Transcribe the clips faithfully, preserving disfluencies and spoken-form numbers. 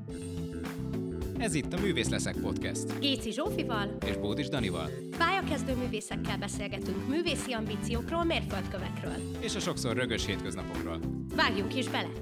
Ez itt a Művész leszek podcast. Géci Zsófival És Bódis Danival. Pályakezdő művészekkel beszélgetünk művészi ambíciókról, mérföldkövekről. És a sokszor rögös hétköznapokról. Vágjunk is bele!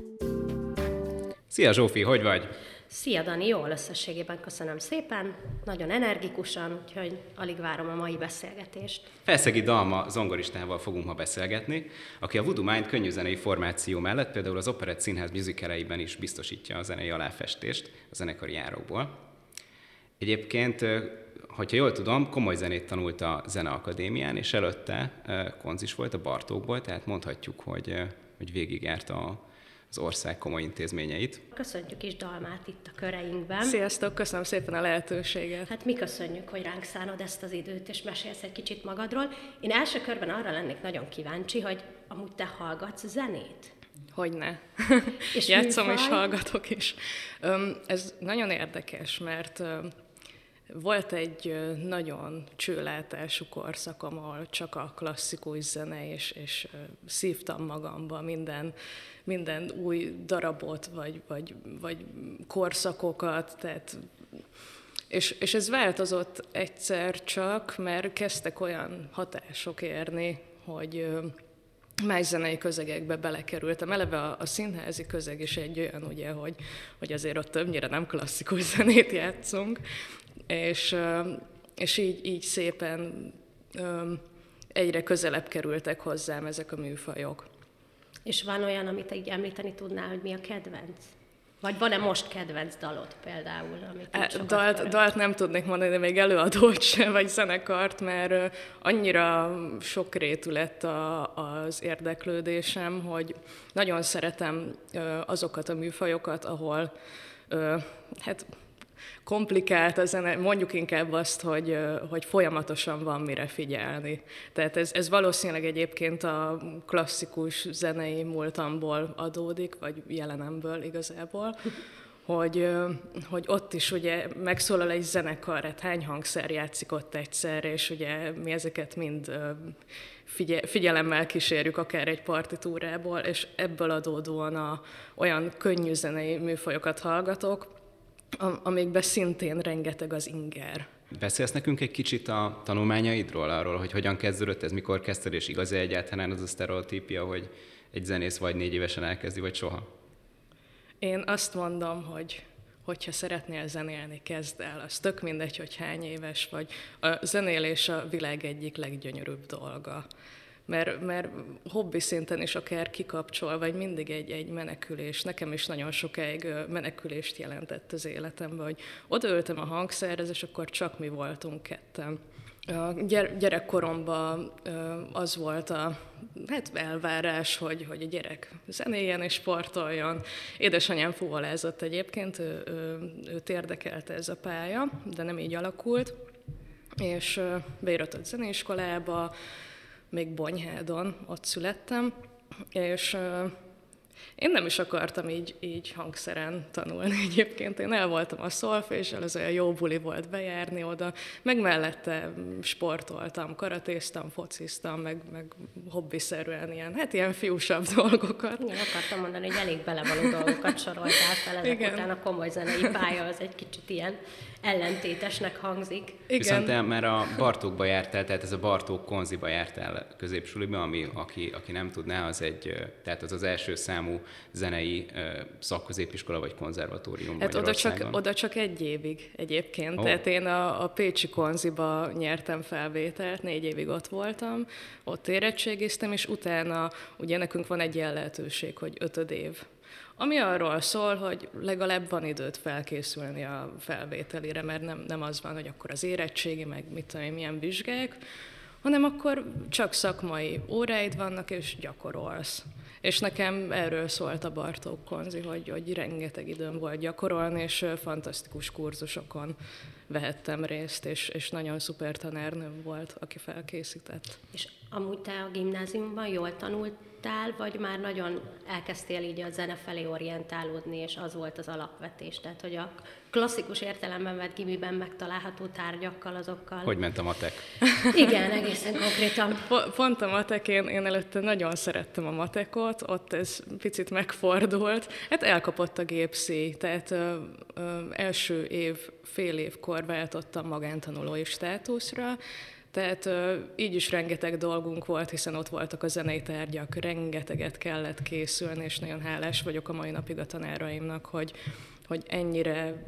Szia Zsófi, hogy vagy? Szia Dani, jól összességében köszönöm szépen, nagyon energikusan, úgyhogy alig várom a mai beszélgetést. Felszegi Dalma zongoristával fogunk ma beszélgetni, aki a Voodoo Mind könnyűzenei formáció mellett például az Operett Színház musicaleiben is biztosítja a zenei aláfestést a zenekari járókból. Egyébként, hogyha jól tudom, komoly zenét tanult a Zeneakadémián, és előtte konzis volt a Bartókból, tehát mondhatjuk, hogy, hogy végigjárt a az ország komoly intézményeit. Köszöntjük is Dalmát itt a köreinkben. Sziasztok, köszönöm szépen a lehetőséget. Hát mi köszönjük, hogy ránk szánod ezt az időt, és mesélsz egy kicsit magadról. Én első körben arra lennék nagyon kíváncsi, hogy amúgy te hallgatsz zenét? Hogyne. És játszom műfaj? és hallgatok is. Ez nagyon érdekes, mert volt egy nagyon csőlátású korszakom, ahol csak a klasszikus zene, és, és szívtam magamba minden, minden új darabot, vagy, vagy, vagy korszakokat, tehát, és, és ez változott egyszer csak, mert kezdtek olyan hatások érni, hogy más zenei közegekbe belekerültem. Eleve a, a színházi közeg is egy olyan, ugye, hogy, hogy azért ott többnyire nem klasszikus zenét játszunk, és, és így, így szépen egyre közelebb kerültek hozzám ezek a műfajok. És van olyan, amit így említeni tudnál, hogy mi a kedvenc? Vagy van-e most kedvenc dalod például? Amit dalt, dalt nem tudnék mondani, de még előadót sem, vagy zenekart, mert annyira sokrétű lett a, az érdeklődésem, hogy nagyon szeretem azokat a műfajokat, ahol hát komplikált a zene, mondjuk inkább azt, hogy, hogy folyamatosan van mire figyelni. Tehát ez, ez valószínűleg egyébként a klasszikus zenei múltamból adódik, vagy jelenemből igazából, hogy, hogy ott is ugye megszólal egy zenekar, hát hány hangszer játszik ott egyszer, és ugye mi ezeket mind figye, figyelemmel kísérjük akár egy partitúrából, és ebből adódóan a, olyan könnyű zenei műfajokat hallgatok, amikben szintén rengeteg az inger. Beszélsz nekünk egy kicsit a tanulmányaidról, arról, hogy hogyan kezdődött ez, mikor kezdted, és igaz-e egyáltalán az a sztereotípia, hogy egy zenész vagy négy évesen elkezdi, vagy soha? Én azt mondom, hogy hogyha szeretnél zenélni, kezd el. Az tök mindegy, hogy hány éves vagy. A zenélés a világ egyik leggyönyörűbb dolga. Mert, mert hobbi szinten is akár kikapcsol, vagy mindig egy, egy menekülés. Nekem is nagyon sokáig menekülést jelentett az életemben, hogy odaöltem a hangszerhez, és akkor csak mi voltunk ketten. A gyerekkoromban az volt a hát elvárás, hogy, hogy a gyerek zenéljen és sportoljon. Édesanyám fuvolázott egyébként, ő, ő, őt érdekelte ez a pálya, de nem így alakult. És beíratott zeneiskolába, még Bonyhádon, ott születtem, és uh, én nem is akartam így, így hangszeren tanulni egyébként. Én el voltam a szolféssel, az olyan jó buli volt bejárni oda, meg mellette sportoltam, karatéztam, fociztam, meg, meg hobbiszerűen ilyen, hát ilyen fiúsabb dolgokat. Igen, akartam mondani, hogy elég belevaló dolgokat soroltál fel, ezek Igen. után a komoly zenei pálya az egy kicsit ilyen ellentétesnek hangzik. Igen. Viszont te már a Bartókba jártál, tehát ez a Bartók konziba jártál középsuliba, ami, aki, aki nem tudná, az egy, tehát az az első számú zenei szakközépiskola vagy konzervatórium hát Magyarországon. Oda csak, oda csak egy évig egyébként, oh. tehát én a, a pécsi konziba nyertem felvételt, négy évig ott voltam, ott érettségiztem, és utána ugye nekünk van egy ilyen lehetőség, hogy ötöd év. Ami arról szól, hogy legalább van időt felkészülni a felvételire, mert nem, nem az van, hogy akkor az érettségi, meg mit tudom én, milyen vizsgák, hanem akkor csak szakmai óráid vannak, és gyakorolsz. És nekem erről szólt a Bartók konzi, hogy, hogy rengeteg időm volt gyakorolni, és fantasztikus kurzusokon vehettem részt, és, és nagyon szuper tanárnőm volt, aki felkészített. És amúgy te a gimnáziumban jól tanult, tudtál, vagy már nagyon elkezdtél így a zene felé orientálódni, és az volt az alapvetés? Tehát, hogy a klasszikus értelemben vett gimiben megtalálható tárgyakkal, azokkal... Hogy ment a matek? Igen, egészen konkrétan. Pont a matek, én, én előtte nagyon szerettem a matekot, ott ez picit megfordult. Hát elkapott a gépszíj, tehát ö, ö, első év, fél évkor váltottam magántanulói státuszra, tehát ö, így is rengeteg dolgunk volt, hiszen ott voltak a zenei tárgyak, rengeteget kellett készülni, és nagyon hálás vagyok a mai napig a tanáraimnak, hogy, hogy ennyire,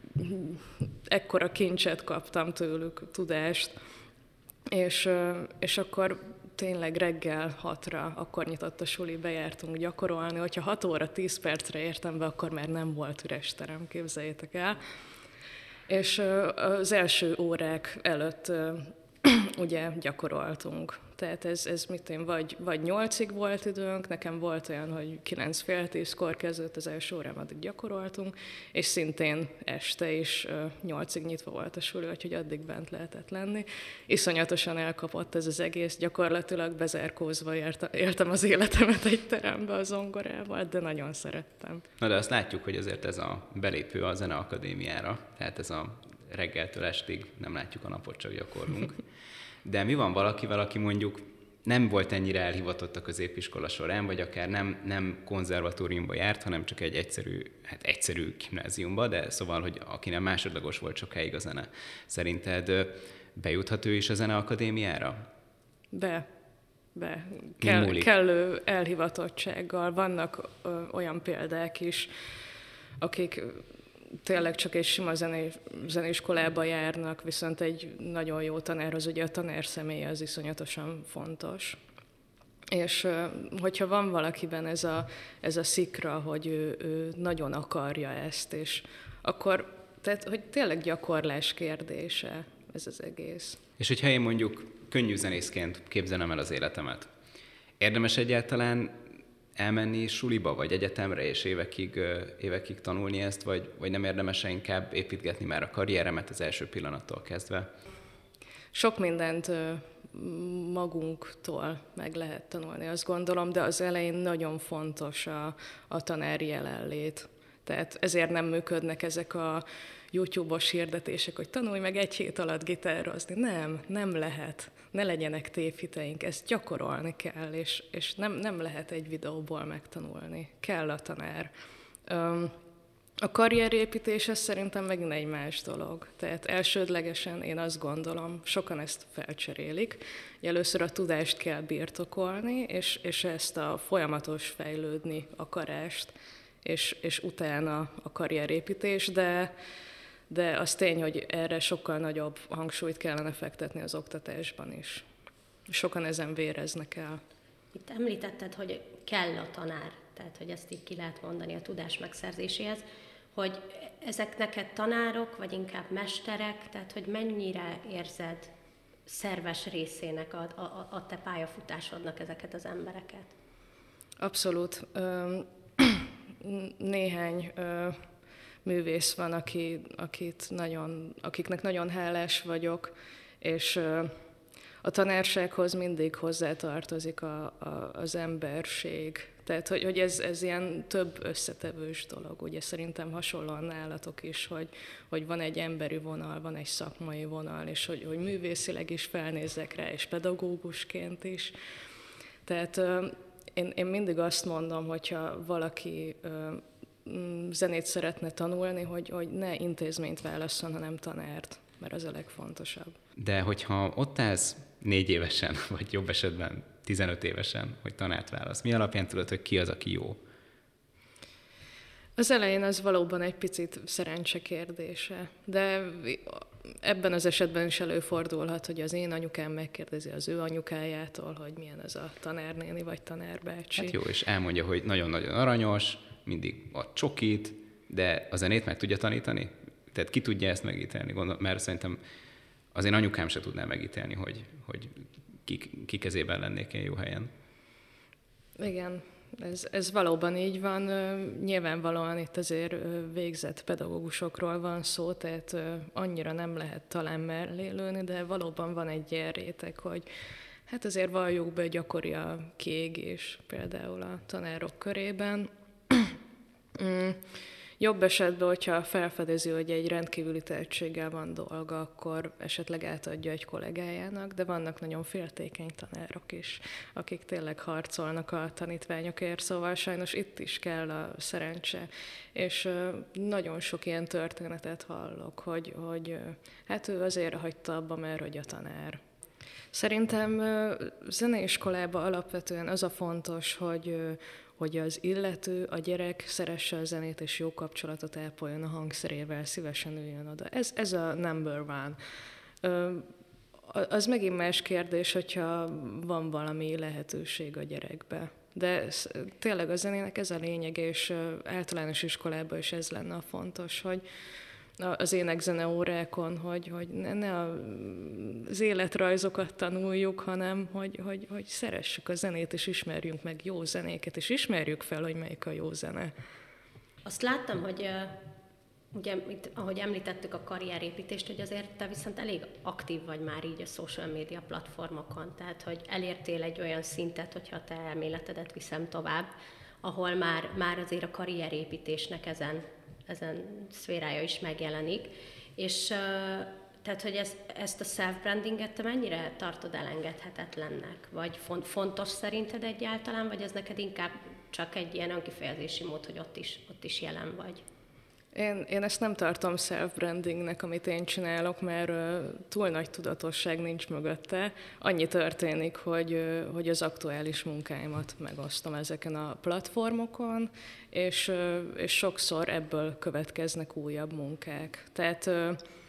ekkora kincset kaptam tőlük, tudást, és, ö, és akkor tényleg reggel hatra, akkor nyitott a suli, bejártunk gyakorolni, hogyha hat óra tíz percre értem be, akkor már nem volt üres terem, képzeljétek el. És ö, az első órák előtt ö, ugye gyakoroltunk. Tehát ez, ez mit én, vagy, vagy nyolcig volt időnk, nekem volt olyan, hogy kilenc fél tízkor kezdődött az első órám, addig gyakoroltunk, és szintén este is nyolcig nyitva volt a suli, úgyhogy addig bent lehetett lenni. Iszonyatosan elkapott ez az egész, gyakorlatilag bezárkózva éltem az életemet egy terembe a zongorával, de nagyon szerettem. Na de azt látjuk, hogy azért ez a belépő a Zeneakadémiára, tehát ez a reggeltől estig nem látjuk a napot, csak gyakorlunk. De mi van valakivel, aki mondjuk nem volt ennyire elhivatott a középiskola során, vagy akár nem, nem konzervatóriumba járt, hanem csak egy egyszerű, hát egyszerű gimnáziumba, de szóval, hogy aki nem másodlagos volt sokáig a zene. Szerinted bejuthat ő is a Zeneakadémiára? Be. Be. Kell, kellő elhivatottsággal. Vannak ö, olyan példák is, akik tényleg csak egy sima zené, zeneiskolába járnak, viszont egy nagyon jó tanárhoz, ugye a tanár személye az iszonyatosan fontos. És hogyha van valakiben ez a, ez a szikra, hogy ő, ő nagyon akarja ezt, és akkor, tehát, hogy tényleg gyakorlás kérdése ez az egész. És hogyha én mondjuk könnyű zenészként képzelem el az életemet, érdemes egyáltalán elmenni suliba, vagy egyetemre, és évekig, évekig tanulni ezt, vagy, vagy nem érdemes inkább építgetni már a karrieremet az első pillanattól kezdve? Sok mindent magunktól meg lehet tanulni, azt gondolom, de az elején nagyon fontos a, a tanári jelenlét. Tehát ezért nem működnek ezek a YouTube-os hirdetések, hogy tanulj meg egy hét alatt gitározni. Nem, nem lehet. Ne legyenek tévhiteink, ezt gyakorolni kell, és, és nem, nem lehet egy videóból megtanulni. Kell a tanár. A karrierépítés ez szerintem megint egy más dolog. Tehát elsődlegesen én azt gondolom, sokan ezt felcserélik, hogy először a tudást kell birtokolni, és, és ezt a folyamatos fejlődni akarást, és, és utána a karrierépítés, de de az tény, hogy erre sokkal nagyobb hangsúlyt kellene fektetni az oktatásban is. Sokan ezen véreznek el. Itt említetted, hogy kell a tanár, tehát hogy ezt így ki lehet mondani a tudás megszerzéséhez, hogy ezek neked tanárok, vagy inkább mesterek, tehát hogy mennyire érzed szerves részének a, a, a te pályafutásodnak ezeket az embereket? Abszolút. Néhány művész van, aki, akit nagyon, akiknek nagyon hálás vagyok, és a tanársághoz mindig hozzátartozik a, a, az emberség. Tehát, hogy, hogy ez, ez ilyen több összetevős dolog. Ugye szerintem hasonlóan nálatok is, hogy, hogy van egy emberi vonal, van egy szakmai vonal, és hogy, hogy művészileg is felnézzek rá, és pedagógusként is. Tehát én, én mindig azt mondom, hogyha valaki zenét szeretne tanulni, hogy, hogy ne intézményt válasszon, hanem tanárt, mert az a legfontosabb. De hogyha ott állsz négy évesen, vagy jobb esetben tizenöt évesen, hogy tanárt válasz, mi alapján tudod, hogy ki az, aki jó? Az elején az valóban egy picit szerencse kérdése, de ebben az esetben is előfordulhat, hogy az én anyukám megkérdezi az ő anyukájától, hogy milyen ez a tanárnéni vagy tanárbácsi. Hát jó, és elmondja, hogy nagyon-nagyon aranyos, mindig a csokit, de a zenét meg tudja tanítani? Tehát ki tudja ezt megítélni? Gondolom, mert szerintem az én anyukám se tudná megítélni, hogy, hogy ki, ki kezében lennék én jó helyen. Igen, ez, ez valóban így van. Nyilvánvalóan itt azért végzett pedagógusokról van szó, tehát annyira nem lehet talán mellé lőni, de valóban van egy ilyen réteg, hogy hát azért valljuk be, gyakori a kiégés például a tanárok körében. Jobb esetben, hogyha felfedezi, hogy egy rendkívüli tehetséggel van dolga, akkor esetleg átadja egy kollégájának, de vannak nagyon féltékeny tanárok is, akik tényleg harcolnak a tanítványokért, szóval sajnos itt is kell a szerencse. És nagyon sok ilyen történetet hallok, hogy, hogy hát ő azért hagyta abba, mert hogy a tanár. Szerintem zeneiskolában alapvetően az a fontos, hogy hogy az illető, a gyerek szeresse a zenét, és jó kapcsolatot ápoljon a hangszerével, szívesen üljön oda. Ez, ez a number one. Az megint más kérdés, hogyha van valami lehetőség a gyerekbe. De tényleg a zenének ez a lényeg, és általános iskolában is ez lenne a fontos, hogy az énekzene órákon, hogy, hogy ne, ne az életrajzokat tanuljuk, hanem hogy, hogy, hogy szeressük a zenét, és ismerjünk meg jó zenéket, és ismerjük fel, hogy melyik a jó zene. Azt láttam, hogy ugye, itt, ahogy említettük a karrierépítést, hogy azért te viszont elég aktív vagy már így a social media platformokon, tehát hogy elértél egy olyan szintet, hogyha te elméletedet viszem tovább, ahol már, már azért a karrierépítésnek ezen ezen szférája is megjelenik, és tehát, hogy ez, ezt a self-brandinget te mennyire tartod elengedhetetlennek? Vagy font, fontos szerinted egyáltalán, vagy ez neked inkább csak egy ilyen önkifejezési mód, hogy ott is, ott is jelen vagy? Én, én ezt nem tartom self-brandingnek, amit én csinálok, mert uh, túl nagy tudatosság nincs mögötte. Annyi történik, hogy, uh, hogy az aktuális munkáimat megosztom ezeken a platformokon, és, uh, és sokszor ebből következnek újabb munkák. Tehát uh,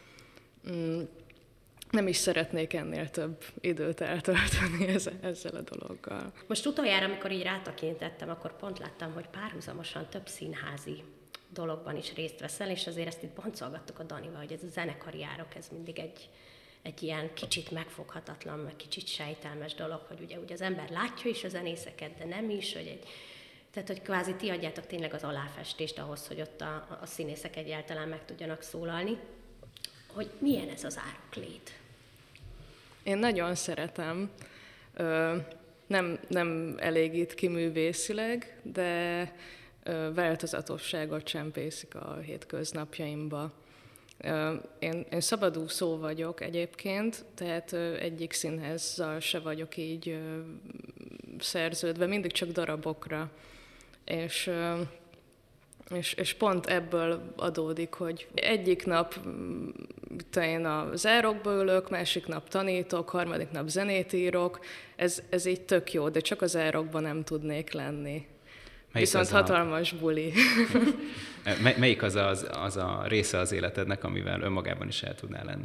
mm, nem is szeretnék ennél több időt eltölteni ezzel, ezzel a dologgal. Most utoljára, amikor így rátakintettem, akkor pont láttam, hogy párhuzamosan több színházi dologban is részt veszel, és azért ezt itt boncolgattuk a Danival, hogy ez a zenekari járok, ez mindig egy, egy ilyen kicsit megfoghatatlan, meg kicsit sejtelmes dolog, hogy ugye, ugye az ember látja is a zenészeket, de nem is, hogy egy, tehát hogy kvázi ti adjátok tényleg az aláfestést ahhoz, hogy ott a, a színészek egyáltalán meg tudjanak szólalni. Hogy milyen ez az ároklét? Én nagyon szeretem. Ö, nem, nem elégít ki művészileg, de változatosságot csempészik a hétköznapjaimba. Én, én szabadúszó vagyok egyébként, tehát egyik színházzal se vagyok így szerződve, mindig csak darabokra. És, és, és pont ebből adódik, hogy egyik nap én a zárokba ülök, másik nap tanítok, harmadik nap zenét írok. Ez, ez így tök jó, de csak a zárokban nem tudnék lenni. Melyik Viszont a... hatalmas buli. Melyik az a, az, az a része az életednek, amivel önmagában is el tudnál lenni?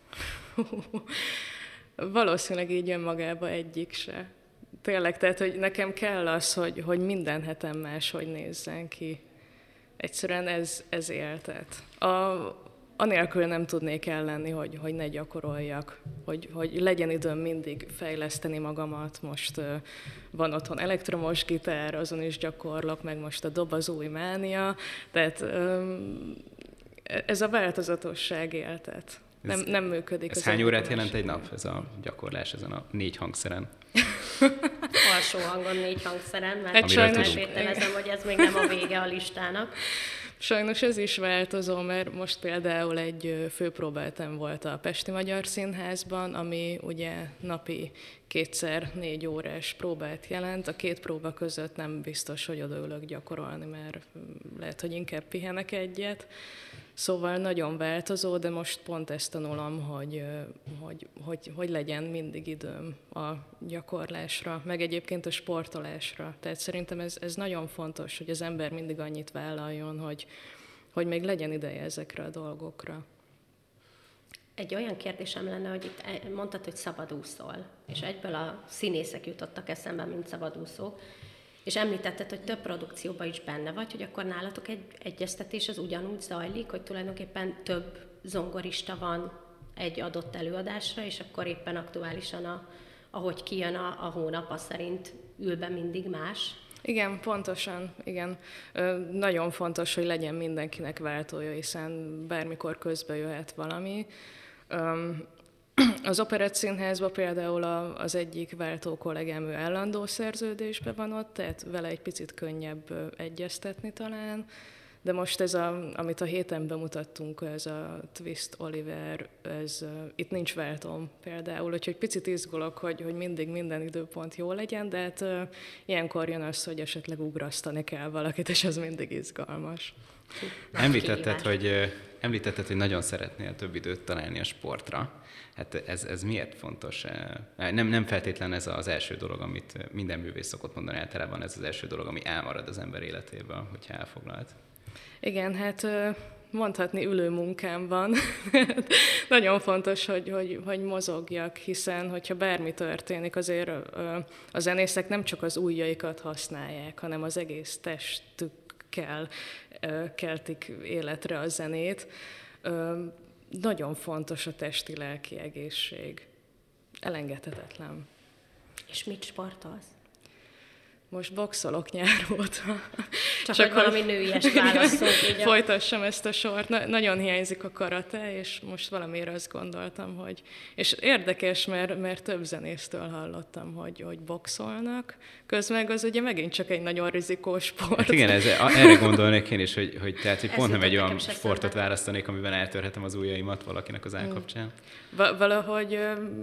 Valószínűleg így önmagában egyik se. Tényleg, tehát, hogy nekem kell az, hogy, hogy minden hetem máshogy nézzen ki. Egyszerűen ez, ez éltet. A, anélkül nem tudnék ellenni, hogy, hogy ne gyakoroljak, hogy, hogy legyen időm mindig fejleszteni magamat. Most uh, van otthon elektromos gitár, azon is gyakorlok, meg most a dob az új mánia. Tehát um, ez a változatosság éltet. Nem, nem működik. Ez hány órát jelent egy nap, ez a gyakorlás ezen a négy hangszeren? Alsó hangon négy hangszeren, mert sajnos feltételezem, hogy ez még nem a vége a listának. Sajnos ez is változó, mert most például egy főpróbáltam volt a Pesti Magyar Színházban, ami ugye napi kétszer négy órás próbát jelent. A két próba között nem biztos, hogy odaülök gyakorolni, mert lehet, hogy inkább pihenek egyet. Szóval nagyon változó, de most pont ezt tanulom, hogy, hogy, hogy, hogy legyen mindig időm a gyakorlásra, meg egyébként a sportolásra. Tehát szerintem ez, ez nagyon fontos, hogy az ember mindig annyit vállaljon, hogy, hogy még legyen ideje ezekre a dolgokra. Egy olyan kérdésem lenne, hogy itt mondtad, hogy szabadúszol, és egyből a színészek jutottak eszembe, mint szabadúszók, és említetted, hogy több produkcióban is benne vagy, hogy akkor nálatok egy egyeztetés az ugyanúgy zajlik, hogy tulajdonképpen több zongorista van egy adott előadásra, és akkor éppen aktuálisan, a, ahogy kijön a, a hónap, az szerint ül be mindig más. Igen, pontosan, igen. Ö, nagyon fontos, hogy legyen mindenkinek váltója, hiszen bármikor közbe jöhet valami. Ö, Az Operett Színházban például a, az egyik váltó kollégám, ő állandó szerződésben van ott, tehát vele egy picit könnyebb egyeztetni talán, de most ez, a, amit a héten bemutattunk, ez a Twist Oliver, ez, itt nincs váltóm például, úgyhogy picit izgulok, hogy, hogy mindig minden időpont jó legyen, de hát uh, ilyenkor jön az, hogy esetleg ugrasztani kell valakit, és ez mindig izgalmas. Említetted, hogy, említetted, hogy nagyon szeretnél több időt találni a sportra. Hát ez, ez miért fontos? Nem, nem feltétlen ez az első dolog, amit minden művész szokott mondani, általában ez az első dolog, ami elmarad az ember életéből, hogyha elfoglalt. Igen, hát mondhatni ülő munkám van. Nagyon fontos, hogy, hogy, hogy mozogjak, hiszen hogyha bármi történik, azért a zenészek nem csak az ujjaikat használják, hanem az egész testükkel keltik életre a zenét. Nagyon fontos a testi-lelki egészség. Elengedhetetlen. És mit sportolsz? Most boxolok nyár óta. Csak, Csak hogy valami nőies válaszol. Folytassam ezt a sort. Na, nagyon hiányzik a karate, és most valamiért azt gondoltam, hogy... És érdekes, mert, mert több zenésztől hallottam, hogy, hogy boxolnak. Közben az ugye megint csak egy nagyon rizikós sport. Hát igen, ez, erre gondolnék én is, hogy, hogy, tehát, hogy pont nem egy olyan sportot választanék, amiben eltörhetem az ujjaimat valakinek az állkapcsán. Va- valahogy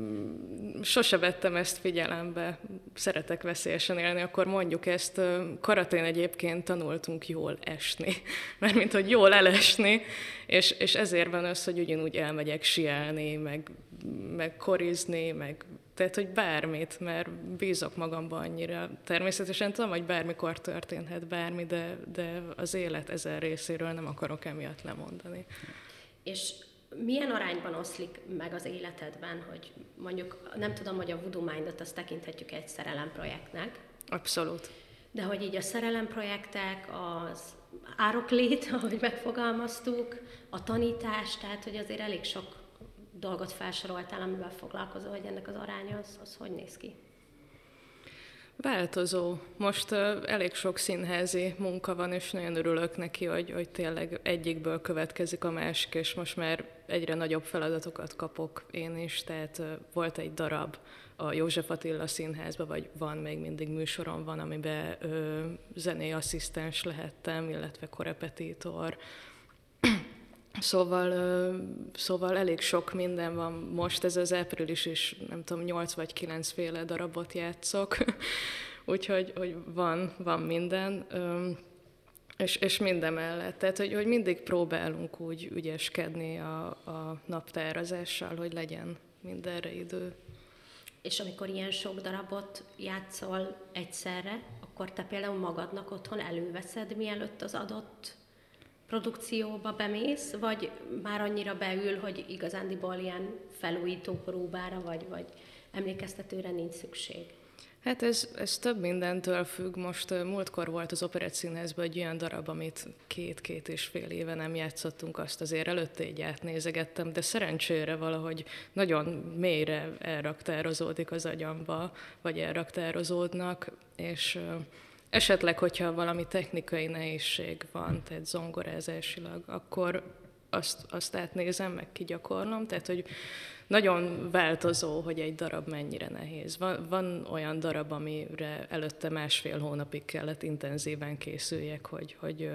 sose vettem ezt figyelembe. Szeretek veszélyesen élni, akkor mondjuk ezt. Karatén egyébként tanultunk jól esni, mert mint hogy jól elesni, és, és ezért van az, hogy ugyanúgy elmegyek sielni, meg, meg korizni, meg tehát, hogy bármit, mert bízok magamban annyira. Természetesen tudom, hogy bármikor történhet bármi, de, de az élet ezer részéről nem akarok emiatt lemondani. És milyen arányban oszlik meg az életedben, hogy mondjuk, nem tudom, hogy a Voodoo Mindot azt tekinthetjük egy szerelemprojektnek. Abszolút. De hogy így a szerelemprojektek, az ároklét, ahogy megfogalmaztuk, a tanítás, tehát hogy azért elég sok dolgot felsoroltál, amivel foglalkozol, hogy ennek az aránya az, az hogy néz ki? Változó. Most uh, elég sok színházi munka van, és nagyon örülök neki, hogy, hogy tényleg egyikből következik a másik, és most már egyre nagyobb feladatokat kapok én is, tehát uh, volt egy darab a József Attila Színházban, vagy van még mindig műsorom van, amiben ö, zenei asszisztens lehettem, illetve korepetitor. Szóval, ö, szóval elég sok minden van most, ez az április is, nem tudom, nyolc vagy kilenc féle darabot játszok, úgyhogy hogy van, van minden, ö, és, és minden mellett. Tehát, hogy, hogy mindig próbálunk úgy ügyeskedni a, a naptározással, hogy legyen mindenre idő. És amikor ilyen sok darabot játszol egyszerre, akkor te például magadnak otthon előveszed, mielőtt az adott produkcióba bemész, vagy már annyira beül, hogy igazándiból ilyen felújító próbára, vagy, vagy emlékeztetőre nincs szükség? Hát ez, ez több mindentől függ. Most uh, múltkor volt az Operett Színházban egy olyan darab, amit két-két és fél éve nem játszottunk, azt azért előtte így átnézegettem, de szerencsére valahogy nagyon mélyre elraktározódik az agyamba, vagy elraktározódnak, és uh, esetleg, hogyha valami technikai nehézség van, tehát zongorázásilag, akkor azt, azt átnézem, meg kigyakorlom, tehát hogy nagyon változó, hogy egy darab mennyire nehéz. Van, van olyan darab, amire előtte másfél hónapig kellett intenzíven készüljek, hogy, hogy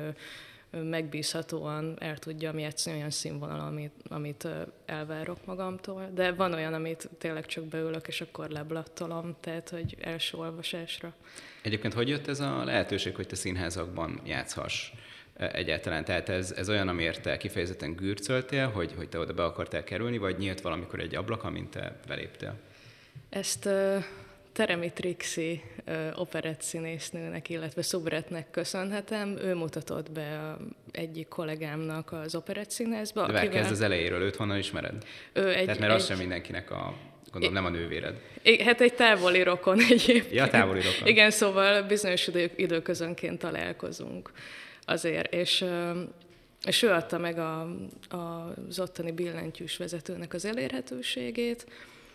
megbízhatóan el tudjam játszani olyan színvonalon, amit, amit elvárok magamtól. De van olyan, amit tényleg csak beülök, és akkor leblattolom, tehát hogy első olvasásra. Egyébként hogy jött ez a lehetőség, hogy te színházakban játszhass egyáltalán? Tehát ez, ez olyan, amiért te kifejezetten gürcöltél, hogy, hogy te oda be akartál kerülni, vagy nyílt valamikor egy ablak, amint te beléptél? Ezt uh, Teremi Trixi uh, operett színésznőnek, illetve Szubretnek köszönhetem. Ő mutatott be a egyik kollégámnak az operett színházba. De akivel... kezd az elejéről, őt honnan ismered? Ő egy, Tehát mert egy... az sem mindenkinek a... Gondolom, nem a nővéred. Hát egy távoli rokon egyébként. Ja, távoli rokon. Igen, szóval bizonyos idő, időközönként találkozunk azért, és, és ő adta meg a, a, az ottani billentyűs vezetőnek az elérhetőségét,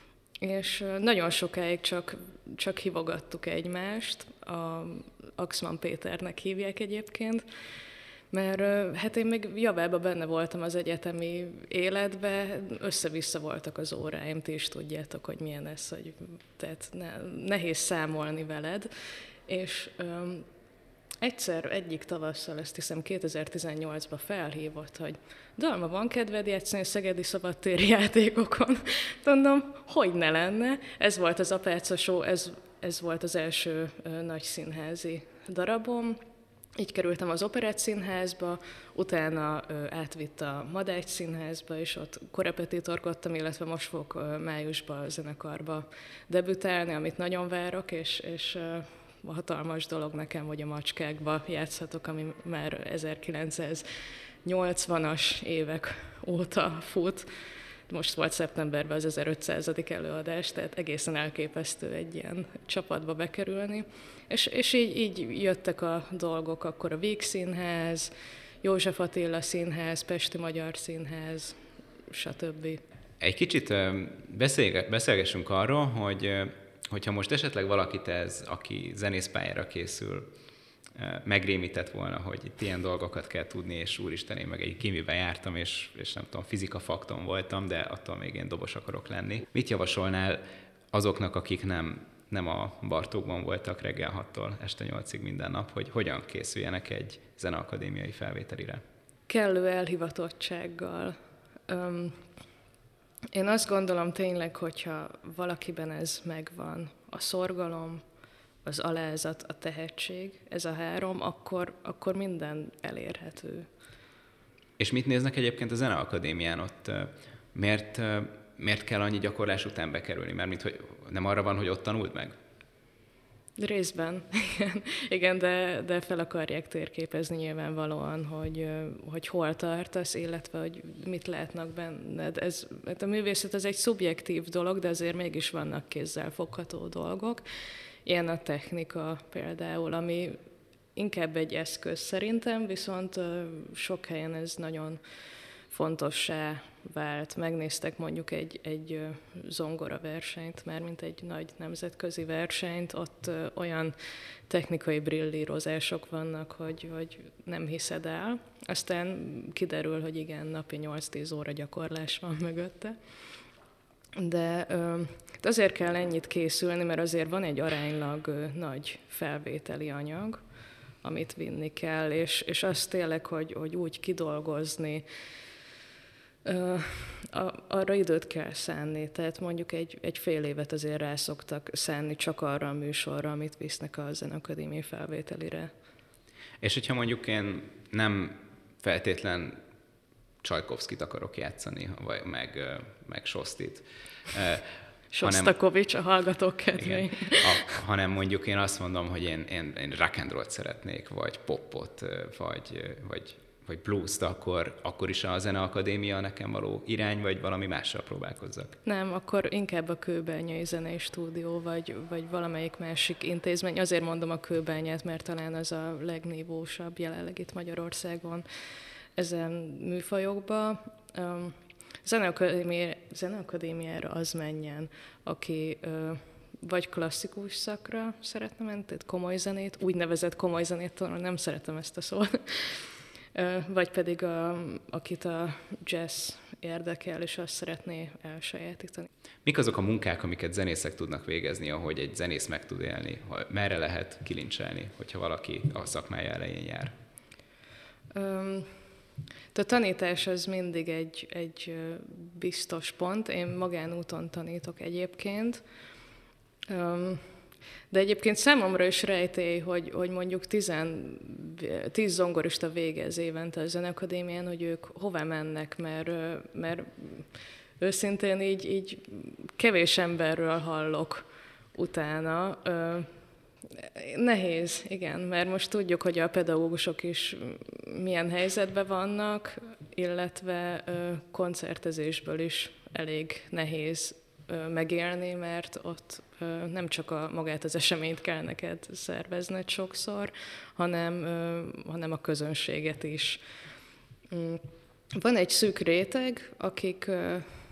és nagyon sokáig csak, csak hívogattuk egymást, a Axman Péternek hívják egyébként, Mert hát én még javában benne voltam az egyetemi életben, össze-vissza voltak az óráim, ti is tudjátok, hogy milyen ez, hogy tehát ne, nehéz számolni veled. És um, egyszer egyik tavasszal, ezt hiszem kétezer-tizennyolcban felhívott, hogy Dalma, van kedved játszani szegedi szabadtéri játékokon? Mondom, hogy ne lenne. Ez volt az Apáca Show, ez, ez volt az első uh, nagy színházi darabom. Így kerültem az Operett Színházba, utána ö, átvitt a Madács Színházba, és ott korepetitorkodtam, illetve most fogok ö, májusban a zenekarba debütálni, amit nagyon várok, és, és ö, hatalmas dolog nekem, hogy a Macskákba játszhatok, ami már ezerkilencszáznyolcvanas évek óta fut. Most volt szeptemberben az ezerötszázadik előadás, tehát egészen elképesztő egy ilyen csapatba bekerülni. És, és így, így jöttek a dolgok, akkor a Víg Színház, József Attila Színház, Pesti Magyar Színház, stb. Egy kicsit beszélgessünk arról, hogy hogyha most esetleg valakit ez, aki zenészpályára készül, megrémített volna, hogy itt ilyen dolgokat kell tudni, és úristen, én meg egy kimiben jártam, és, és nem tudom, fizika fakton voltam, de attól még én dobos akarok lenni. Mit javasolnál azoknak, akik nem, nem a Bartókban voltak reggel hattól este nyolcig minden nap, hogy hogyan készüljenek egy zeneakadémiai felvételire? Kellő elhivatottsággal. Um, én azt gondolom tényleg, hogyha valakiben ez megvan, a szorgalom, az alázat, a tehetség, ez a három, akkor, akkor minden elérhető. És mit néznek egyébként a Zeneakadémián ott? Miért, miért kell annyi gyakorlás után bekerülni? Mert mint, hogy nem arra van, hogy ott tanuld meg? Részben, igen, igen de, de fel akarják térképezni nyilvánvalóan, hogy, hogy hol tartasz, illetve hogy mit látnak benned. Ez, a művészet az egy szubjektív dolog, de azért mégis vannak kézzel fogható dolgok. Ilyen a technika például, ami inkább egy eszköz szerintem, viszont sok helyen ez nagyon fontossá vált. Megnéztek mondjuk egy, egy zongora versenyt, már mint egy nagy nemzetközi versenyt, ott olyan technikai brillírozások vannak, hogy, hogy nem hiszed el. Aztán kiderül, hogy igen, napi nyolc-tíz óra gyakorlás van mögötte. De azért kell ennyit készülni, mert azért van egy aránylag nagy felvételi anyag, amit vinni kell, és, és azt tényleg, hogy, hogy úgy kidolgozni, arra időt kell szánni. Tehát mondjuk egy, egy fél évet azért rá szoktak szánni csak arra a műsorra, amit visznek a Zeneakadémiai felvételire. És hogyha mondjuk én nem feltétlen Csajkovszkit akarok játszani, vagy meg, meg Sostit. Sostakovics, a hallgatók kedvény. Hanem mondjuk én azt mondom, hogy én, én, én rock and rollt szeretnék, vagy popot, vagy, vagy, vagy blues-t, akkor, akkor is a Zeneakadémia nekem való irány, vagy valami mással próbálkozzak? Nem, akkor inkább a Kőbányai Zenei Stúdió, vagy, vagy valamelyik másik intézmény. Azért mondom a Kőbányát, mert talán az a legnívósabb jelenleg itt Magyarországon ezen műfajokba. Um, Zeneakadémiára, Zeneakadémiára az menjen, aki uh, vagy klasszikus szakra szeretne menni, tehát komoly zenét, úgynevezett komoly zenét, nem szeretem ezt a szót, uh, vagy pedig a, akit a jazz érdekel, és azt szeretné elsajátítani. Mik azok a munkák, amiket zenészek tudnak végezni, ahogy egy zenész meg tud élni? Merre lehet kilincselni, hogyha valaki a szakmája elején jár? Um, A tanítás az mindig egy, egy biztos pont. Én magánúton tanítok egyébként. De egyébként számomra is rejtély, hogy, hogy mondjuk tizen, tíz zongorista végez évente a Zeneakadémián, hogy ők hová mennek, mert, mert őszintén így, így kevés emberről hallok utána. Nehéz, igen, mert most tudjuk, hogy a pedagógusok is milyen helyzetben vannak, illetve koncertezésből is elég nehéz megélni, mert ott nem csak a, magát az eseményt kell neked szervezned sokszor, hanem, hanem a közönséget is. Van egy szűk réteg, akik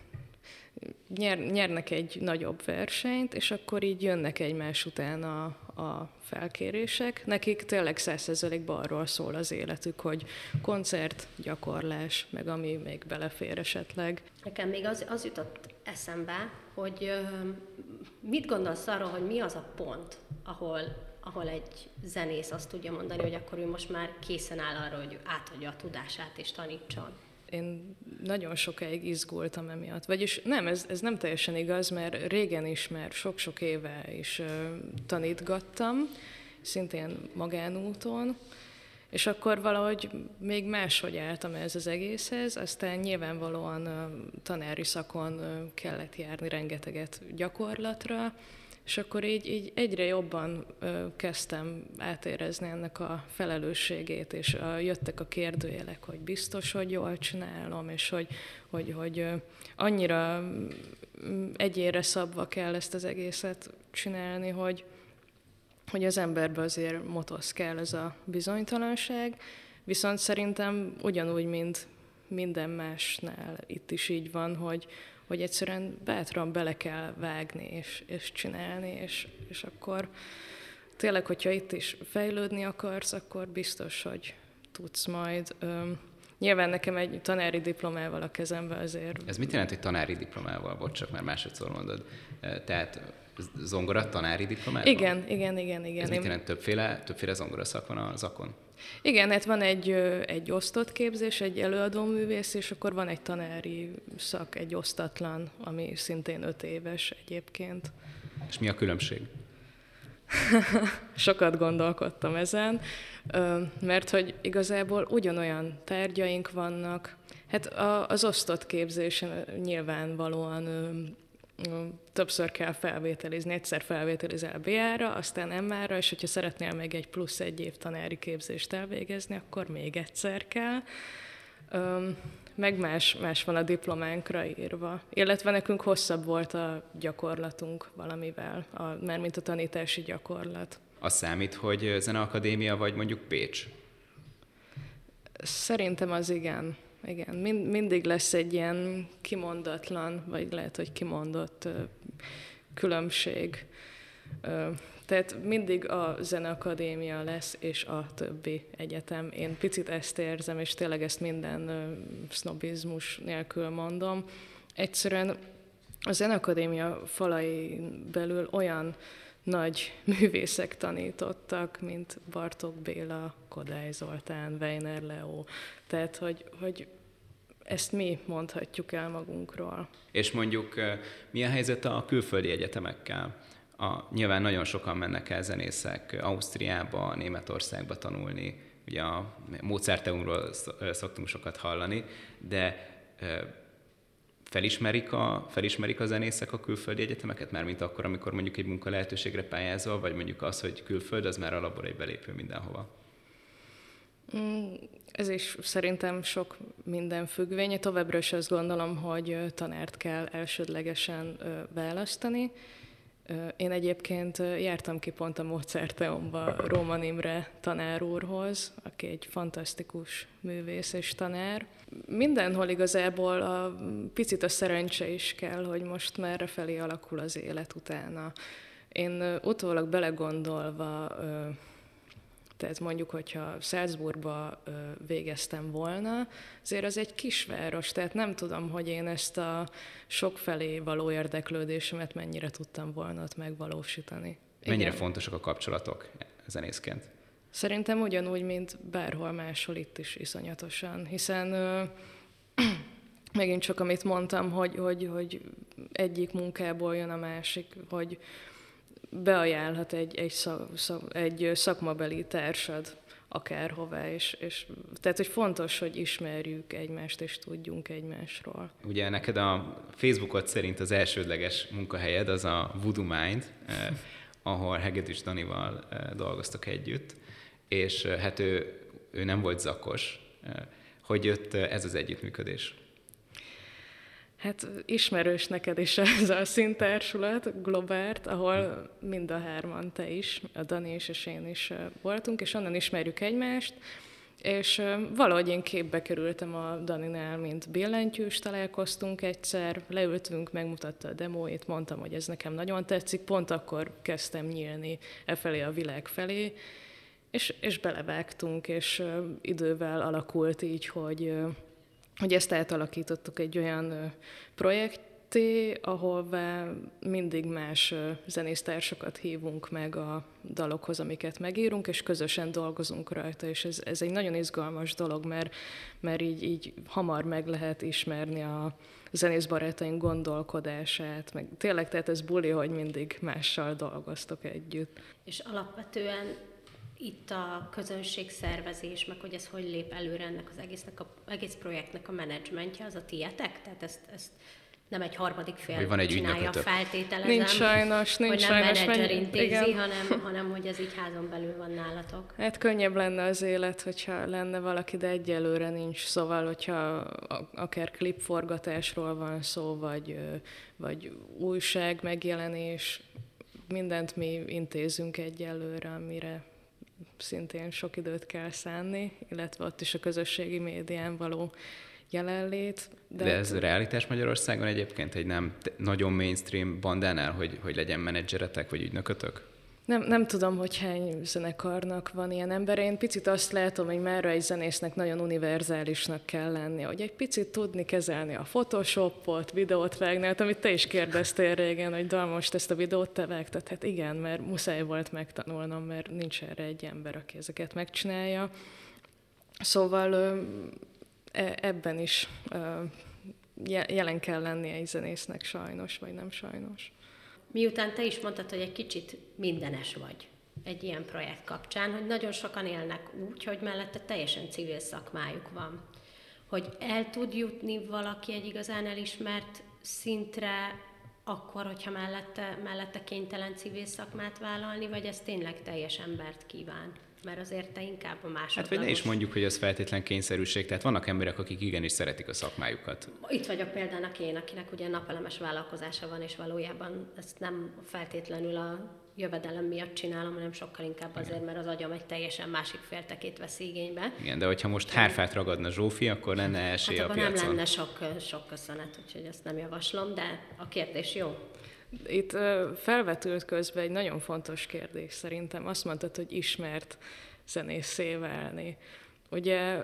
nyer, nyernek egy nagyobb versenyt, és akkor így jönnek egymás után a, a felkérések. Nekik tényleg száz százalékban arról szól az életük, hogy koncert, gyakorlás, meg ami még belefér esetleg. Nekem még az, az jutott eszembe, hogy mit gondolsz arról, hogy mi az a pont, ahol, ahol egy zenész azt tudja mondani, hogy akkor ő most már készen áll arra, hogy átadja a tudását és tanítson. Én nagyon sokáig izgultam emiatt. Vagyis nem, ez, ez nem teljesen igaz, mert régen is, mert sok-sok éve is uh, tanítgattam, szintén magánúton, és akkor valahogy még máshogy álltam ez az egészhez, aztán nyilvánvalóan uh, tanári szakon uh, kellett járni rengeteget gyakorlatra, és akkor így, így egyre jobban ö, kezdtem átérezni ennek a felelősségét, és a, jöttek a kérdőjelek, hogy biztos, hogy jól csinálom, és hogy, hogy, hogy ö, annyira egyénre szabva kell ezt az egészet csinálni, hogy, hogy az emberbe azért motoszkál ez a bizonytalanság, viszont szerintem ugyanúgy, mint minden másnál itt is így van, hogy hogy egyszerűen bátran bele kell vágni és, és csinálni, és, és akkor tényleg, hogyha itt is fejlődni akarsz, akkor biztos, hogy tudsz majd. Üm, nyilván nekem egy tanári diplomával a kezembe azért... Ez mit jelent, hogy tanári diplomával? Bocs, csak már másodszor mondod. Tehát zongora tanári diplomával? Igen, igen, igen. igen. Ez mit jelent? Többféle, többféle zongoraszak van a zakon? Igen, hát van egy, egy osztott képzés, egy előadóművész, és akkor van egy tanári szak, egy osztatlan, ami szintén öt éves egyébként. És mi a különbség? Sokat gondolkodtam ezen, mert hogy igazából ugyanolyan tárgyaink vannak. Hát az osztott képzésen nyilvánvalóan többször kell felvételizni, egyszer felvételizel bé á-ra, aztán em á-ra, és hogyha szeretnél még egy plusz egy év tanári képzést elvégezni, akkor még egyszer kell. Meg más, más van a diplománkra írva. Illetve nekünk hosszabb volt a gyakorlatunk valamivel, a, mert mint a tanítási gyakorlat. Az számít, hogy Zeneakadémia vagy mondjuk Pécs? Szerintem az igen. Igen, mind, mindig lesz egy ilyen kimondatlan, vagy lehet, hogy kimondott ö, különbség. Ö, tehát mindig a Zeneakadémia lesz, és a többi egyetem. Én picit ezt érzem, és tényleg ezt minden ö, sznobizmus nélkül mondom. Egyszerűen a Zeneakadémia falai belül olyan nagy művészek tanítottak, mint Bartók Béla, Kodály Zoltán, Weiner Leó. Tehát, hogy, hogy ezt mi mondhatjuk el magunkról. És mondjuk mi a helyzet a külföldi egyetemekkel? A, nyilván nagyon sokan mennek el zenészek Ausztriába, Németországba tanulni. Ugye a Mozarteumról szoktunk sokat hallani, de Felismerik a, felismerik a zenészek a külföldi egyetemeket, mármint akkor, amikor mondjuk egy munka lehetőségre pályázol, vagy mondjuk az, hogy külföld, az már alapból egy belépő mindenhova? Ez is szerintem sok minden függvény. Továbbra is azt gondolom, hogy tanárt kell elsődlegesen választani. Én egyébként jártam ki pont a Mozarteumba Róman Imre tanár úrhoz, aki egy fantasztikus művész és tanár. Mindenhol igazából a picit a szerencse is kell, hogy most merre felé alakul az élet utána. Én utólag belegondolva, tehát mondjuk, hogyha Salzburgba végeztem volna, azért az egy kisváros, tehát nem tudom, hogy én ezt a sokfelé való érdeklődésemet mennyire tudtam volna ott megvalósítani. Mennyire Igen. fontosak a kapcsolatok zenészként? Szerintem ugyanúgy, mint bárhol máshol itt is iszonyatosan, hiszen ö, megint csak amit mondtam, hogy, hogy, hogy egyik munkából jön a másik, hogy beajánlhat egy, egy, szak, szak, egy szakmabeli társad akárhová, és, és tehát, hogy fontos, hogy ismerjük egymást, és tudjunk egymásról. Ugye neked a Facebookod szerint az elsődleges munkahelyed az a Voodoo Mind, eh, ahol Hegedűs Danival eh, dolgoztok együtt, és eh, hát ő, ő nem volt zakos. Eh, hogy jött ez az együttműködés? Hát ismerős neked is ez a színtársulat, Globárt, ahol mind a hárman, te is, a Dani is és én is voltunk, és onnan ismerjük egymást, És valahogy én képbe kerültem a Daninál, mint billentyűs, találkoztunk egyszer, leültünk, megmutatta a demóit, mondtam, hogy ez nekem nagyon tetszik, pont akkor kezdtem nyílni e felé a világ felé, és, és belevágtunk, és idővel alakult így, hogy, hogy ezt átalakítottuk egy olyan projekté, ahová mindig más zenésztársakat hívunk meg a dalokhoz, amiket megírunk, és közösen dolgozunk rajta, és ez, ez egy nagyon izgalmas dolog, mert, mert így, így hamar meg lehet ismerni a zenészbarátaink gondolkodását, meg tényleg, tehát ez buli, hogy mindig mással dolgoztok együtt. És alapvetően itt a közönségszervezés, meg hogy ez hogy lép előre ennek az egésznek a, egész projektnek a menedzsmentje, az a tietek? Tehát ezt, ezt nem egy harmadik fél van egy csinálja, feltételezem. Nincs sajnos, nincs hogy nem sajnos. menedzser Men- intézi, igen. hanem, hanem hogy ez így házon belül van nálatok. Hát könnyebb lenne az élet, hogyha lenne valaki, de egyelőre nincs. Szóval, hogyha akár klipforgatásról van szó, vagy, vagy újság megjelenés, mindent mi intézünk egyelőre, amire szintén sok időt kell szánni, illetve ott is a közösségi médián való jelenlét. De, de ez realitás Magyarországon egyébként egy nem nagyon mainstream bandánál, hogy, hogy legyen menedzseretek vagy ügynökötök? Nem, nem tudom, hogy hány zenekarnak van ilyen ember. Én picit azt látom, hogy mára egy zenésznek nagyon univerzálisnak kell lenni, hogy egy picit tudni kezelni a Photoshopot, videót vágni, hát amit te is kérdeztél régen, hogy de most ezt a videót te vágtad. Hát igen, mert muszáj volt megtanulnom, mert nincs erre egy ember, aki ezeket megcsinálja. Szóval ebben is jelen kell lennie egy zenésznek sajnos, vagy nem sajnos. Miután te is mondtad, hogy egy kicsit mindenes vagy egy ilyen projekt kapcsán, hogy nagyon sokan élnek úgy, hogy mellette teljesen civil szakmájuk van. Hogy el tud jutni valaki egy igazán elismert szintre, akkor, hogyha mellette, mellette kénytelen civil szakmát vállalni, vagy ez tényleg teljes embert kíván? Mert azért te inkább a másodlagos. Hát vagy ne is mondjuk, hogy ez feltétlen kényszerűség, tehát vannak emberek, akik igenis szeretik a szakmájukat. Itt vagyok példának én, akinek ugye napelemes vállalkozása van, és valójában ezt nem feltétlenül a jövedelem miatt csinálom, hanem sokkal inkább azért, mert az agyam egy teljesen másik féltekét vesz igénybe. Igen, de hogyha most hárfát ragadna Zsófi, akkor lenne esélye hát a piacon. nem lenne sok, sok köszönet, úgyhogy ezt nem javaslom, de a kérdés jó. Itt felvetült közben egy nagyon fontos kérdés szerintem. Azt mondtad, hogy ismert zenészé válni. Ugye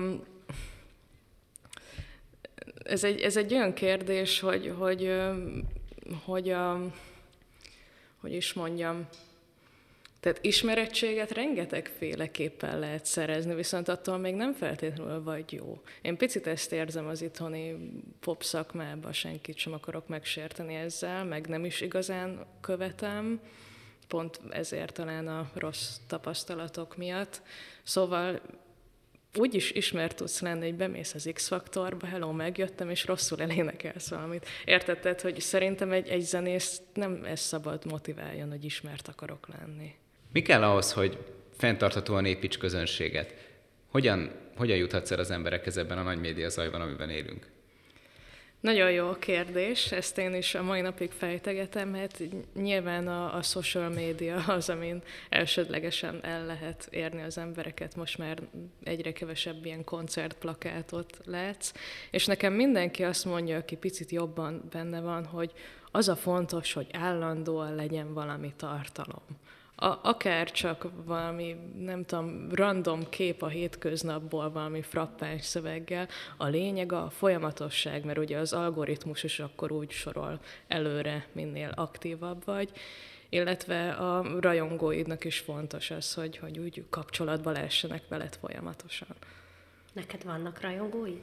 ez egy, ez egy olyan kérdés, hogy, hogy, hogy, a, hogy is mondjam, tehát ismerettséget rengetegféleképpen lehet szerezni, viszont attól még nem feltétlenül vagy jó. Én picit ezt érzem az itthoni pop szakmában, senkit sem akarok megsérteni ezzel, meg nem is igazán követem, pont ezért talán a rossz tapasztalatok miatt. Szóval úgy is ismert tudsz lenni, hogy bemész az X-faktorba, hello, megjöttem, és rosszul elénekelsz valamit. Értetted, hogy szerintem egy, egy zenész nem ez szabad motiváljon, hogy ismert akarok lenni. Mi kell ahhoz, hogy fenntarthatóan építs közönséget? Hogyan, hogyan juthatsz el az emberekhez ebben a nagy média zajban, amiben élünk? Nagyon jó kérdés, ezt én is a mai napig fejtegetem, hát nyilván a, a social media az, amin elsődlegesen el lehet érni az embereket, most már egyre kevesebb ilyen koncertplakátot látsz, és nekem mindenki azt mondja, aki picit jobban benne van, hogy az a fontos, hogy állandóan legyen valami tartalom. A, akár csak valami, nem tudom, random kép a hétköznapból, valami frappáns szöveggel. A lényeg a folyamatosság, mert ugye az algoritmus is akkor úgy sorol előre, minél aktívabb vagy, illetve a rajongóidnak is fontos az, hogy, hogy úgy kapcsolatba lehessenek veled folyamatosan. Neked vannak rajongóid?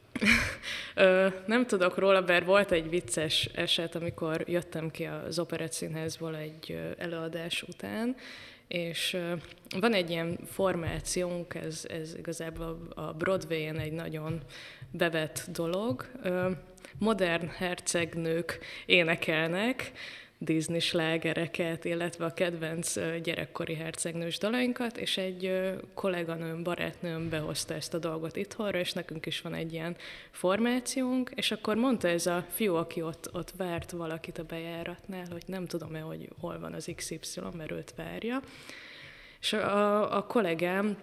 Ö, nem tudok róla, bár volt egy vicces eset, amikor jöttem ki az Operett Színházból egy előadás után, és van egy ilyen formációnk, ez, ez igazából a Broadwayen egy nagyon bevett dolog. Modern hercegnők énekelnek Disney slágereket, illetve a kedvenc gyerekkori hercegnős dalainkat, és egy kolléganőm, barátnőm behozta ezt a dolgot itthonra, és nekünk is van egy ilyen formációnk, és akkor mondta ez a fiú, aki ott, ott várt valakit a bejáratnál, hogy nem tudom-e, hogy hol van az iksz ipszilon, mert őt várja. És a, a kollégám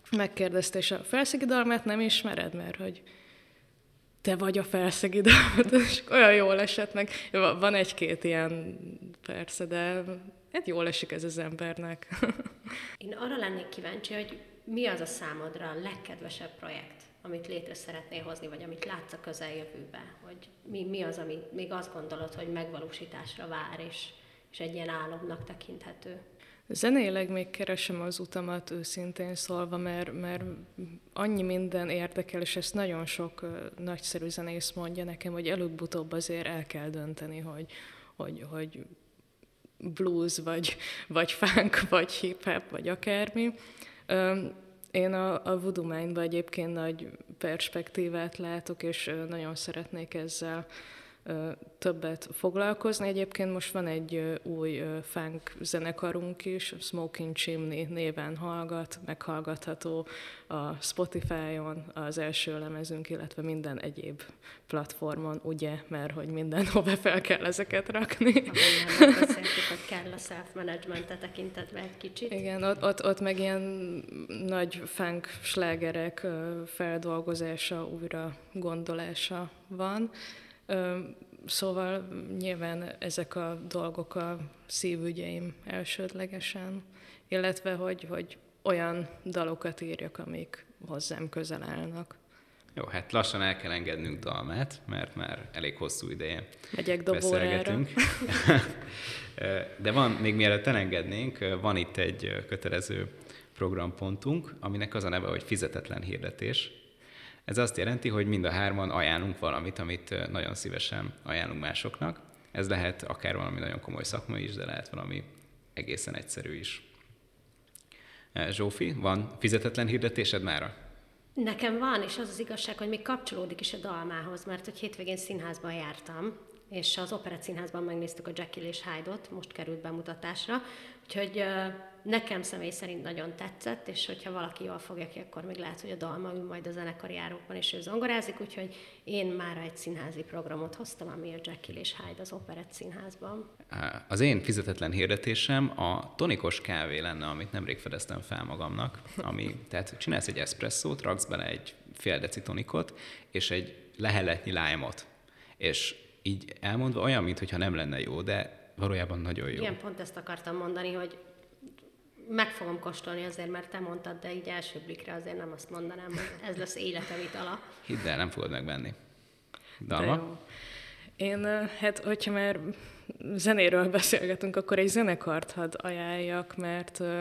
megkérdezte, és a Felszegi Dalmát nem ismered, mert hogy te vagy a Felszegi Dalmát, és olyan jól esett meg. Van egy-két ilyen, persze, de hát jól esik ez az embernek. Én arra lennék kíváncsi, hogy mi az a számodra a legkedvesebb projekt, amit létre szeretnél hozni, vagy amit látsz a közeljövőben, hogy mi, mi az, ami még azt gondolod, hogy megvalósításra vár, és, és egy ilyen álomnak tekinthető. Zeneileg még keresem az utamat, őszintén szólva, mert, mert annyi minden érdekel, és ezt nagyon sok uh, nagyszerű zenész mondja nekem, hogy előbb-utóbb azért el kell dönteni, hogy, hogy, hogy blues, vagy, vagy funk, vagy hip-hop, vagy akármi. Um, Én a, a Voodoo Mindban egyébként nagy perspektívát látok, és nagyon szeretnék ezzel többet foglalkozni. Egyébként most van egy új funk zenekarunk is, Smoking Chimney néven hallgat, meghallgatható a Spotify-on, az első lemezünk, illetve minden egyéb platformon, ugye, mert hogy mindenhova fel kell ezeket rakni. Ahol nem beszéltük, hogy kell a self-managementet tekintetve egy kicsit. Igen, ott, ott, ott meg ilyen nagy funk slágerek feldolgozása, újra gondolása van. Szóval nyilván ezek a dolgok a szívügyeim elsődlegesen, illetve hogy, hogy olyan dalokat írjak, amik hozzám közel állnak. Jó, hát lassan el kell engednünk Dalmát, mert már elég hosszú ideje Megyek dobórára. De van, még mielőtt elengednénk, van itt egy kötelező programpontunk, aminek az a neve, hogy fizetetlen hirdetés. Ez azt jelenti, hogy mind a hárman ajánlunk valamit, amit nagyon szívesen ajánlunk másoknak. Ez lehet akár valami nagyon komoly szakmai is, de lehet valami egészen egyszerű is. Zsófi, van fizetetlen hirdetésed mára? Nekem van, és az az igazság, hogy még kapcsolódik is a Dalmához, mert hogy hétvégén színházban jártam, és az Operett Színházban megnéztük a Jekyll és Hyde-ot, most került bemutatásra, úgyhogy nekem személy szerint nagyon tetszett, és hogyha valaki jól fogja ki, akkor még lehet, hogy a Dalma ül majd a zenekari járókban, és ő zongorázik, úgyhogy én már egy színházi programot hoztam, ami a Jekyll és Hyde az Operett Színházban. Az én fizetetlen hirdetésem a tonikos kávé lenne, amit nemrég fedeztem fel magamnak, ami, tehát csinálsz egy eszpresszót, raksz bele egy fél deci tonikot, és egy leheletnyi lime-ot, és így elmondva olyan, mintha nem lenne jó, de valójában nagyon jó. Igen, pont ezt akartam mondani, hogy meg fogom kóstolni azért, mert te mondtad, de így első blikre azért nem azt mondanám, hogy ez lesz életem itala. Hidd el, nem fogod megvenni. Dalma? Én, hát, hogyha már zenéről beszélgetünk, akkor egy zenekart hadd ajánljak, mert uh,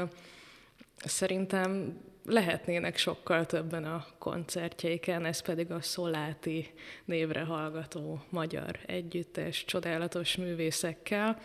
szerintem lehetnének sokkal többen a koncertjeiken, ez pedig a Szoláti névre hallgató magyar együttes, csodálatos művészekkel.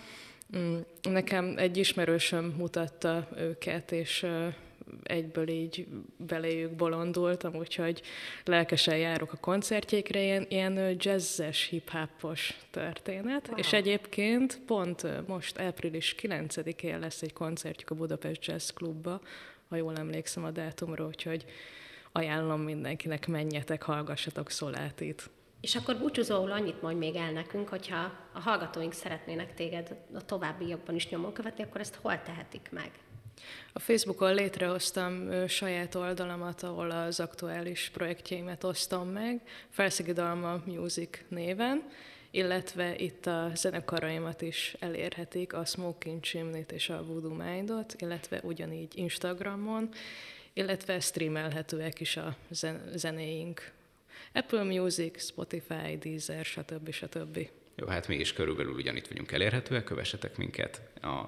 Nekem egy ismerősöm mutatta őket, és egyből így beléjük bolondultam, úgyhogy lelkesen járok a koncertjeikre, ilyen, ilyen jazzes, hip-hopos történet. Wow. És egyébként pont most április kilencedikén lesz egy koncertjük a Budapest Jazz Klubba, ha jól emlékszem a dátumra, úgyhogy ajánlom mindenkinek, menjetek, hallgassatok Szolátit. És akkor búcsúzóul annyit mondj még el nekünk, hogyha a hallgatóink szeretnének téged a továbbiakban is nyomon követni, akkor ezt hol tehetik meg? A Facebookon létrehoztam saját oldalamat, ahol az aktuális projektjeimet osztom meg, Felszegi Dalma Music néven, illetve itt a zenekaraimat is elérhetik, a Smoking Chimney-t és a Voodoo Mindot, illetve ugyanígy Instagramon, illetve streamelhetőek is a zenéink. Apple Music, Spotify, Deezer, stb. stb. Jó, hát mi is körülbelül ugyanitt vagyunk elérhetőek, kövessetek minket. A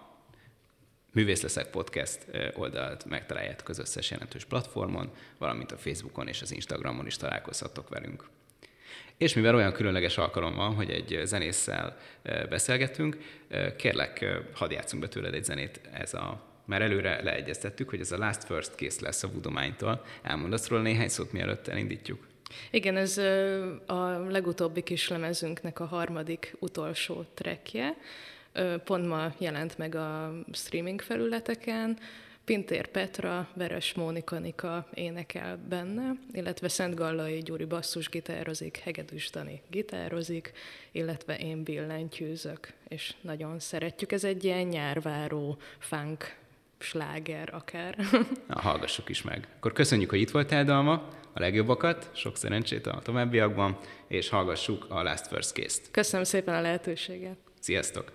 Művész Leszek Podcast oldalt megtaláljátok az összes jelentős platformon, valamint a Facebookon és az Instagramon is találkozhattok velünk. És mivel olyan különleges alkalom van, hogy egy zenésszel beszélgetünk, kérlek, hadd játszunk be tőled egy zenét. Ez a, már előre leegyeztettük, hogy ez a Last First kész lesz a Voodoo Mindtól. Elmondasz róla néhány szót, mielőtt elindítjuk? Igen, ez a legutóbbi kis lemezünknek a harmadik utolsó trackje. Pont ma jelent meg a streaming felületeken. Pintér Petra, Veres Mónika Nika énekel benne, illetve Szent Gallai Gyuri basszusgitározik, Hegedűs Dani gitározik, illetve én billentyűzök, és nagyon szeretjük. Ez egy ilyen nyárváró funk sláger akár. Na, hallgassuk is meg. Akkor köszönjük, hogy itt voltál, Dalma, a legjobbakat, sok szerencsét a továbbiakban, és hallgassuk a Last First Kiss-t. Köszönöm szépen a lehetőséget. Sziasztok!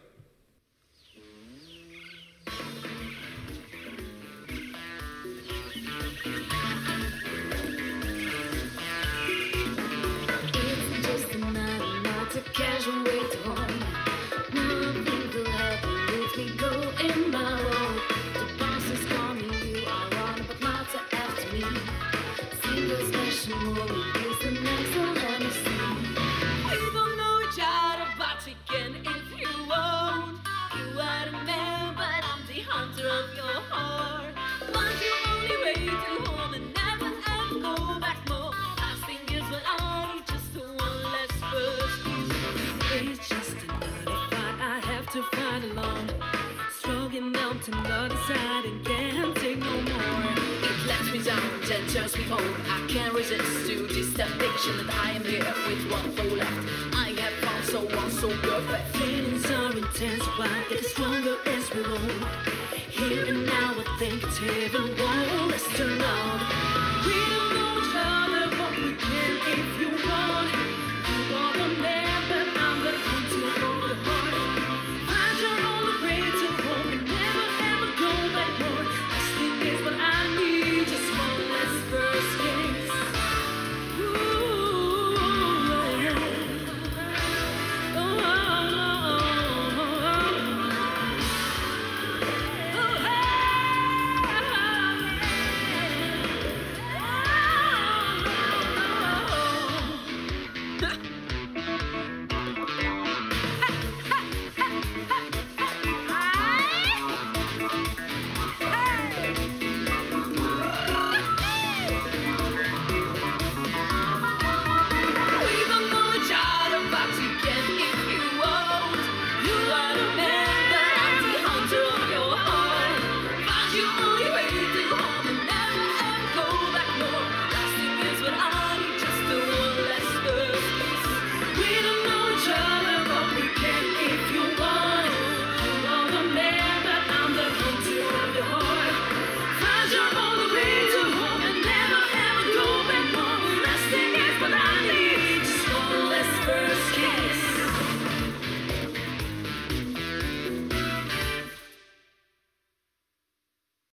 Casual way to home. Nothing will ever leave me going my own. The boss is calling you, I run, but not to after me. Single special moment is the next one let me see. We don't know each other, but we can if you want. You are the man, but I'm the hunter of your heart. But you only way to home and never ever go back more. I think is what I need, just one less first. It's just another fight I have to fight alone. Struggling down to the other side and can't take no more. It lets me down and turns me home. I can't resist to this temptation that I am here with one flow left. I have found someone so perfect. Feelings are intense, but get stronger as we roll. Here and now I think it's heaven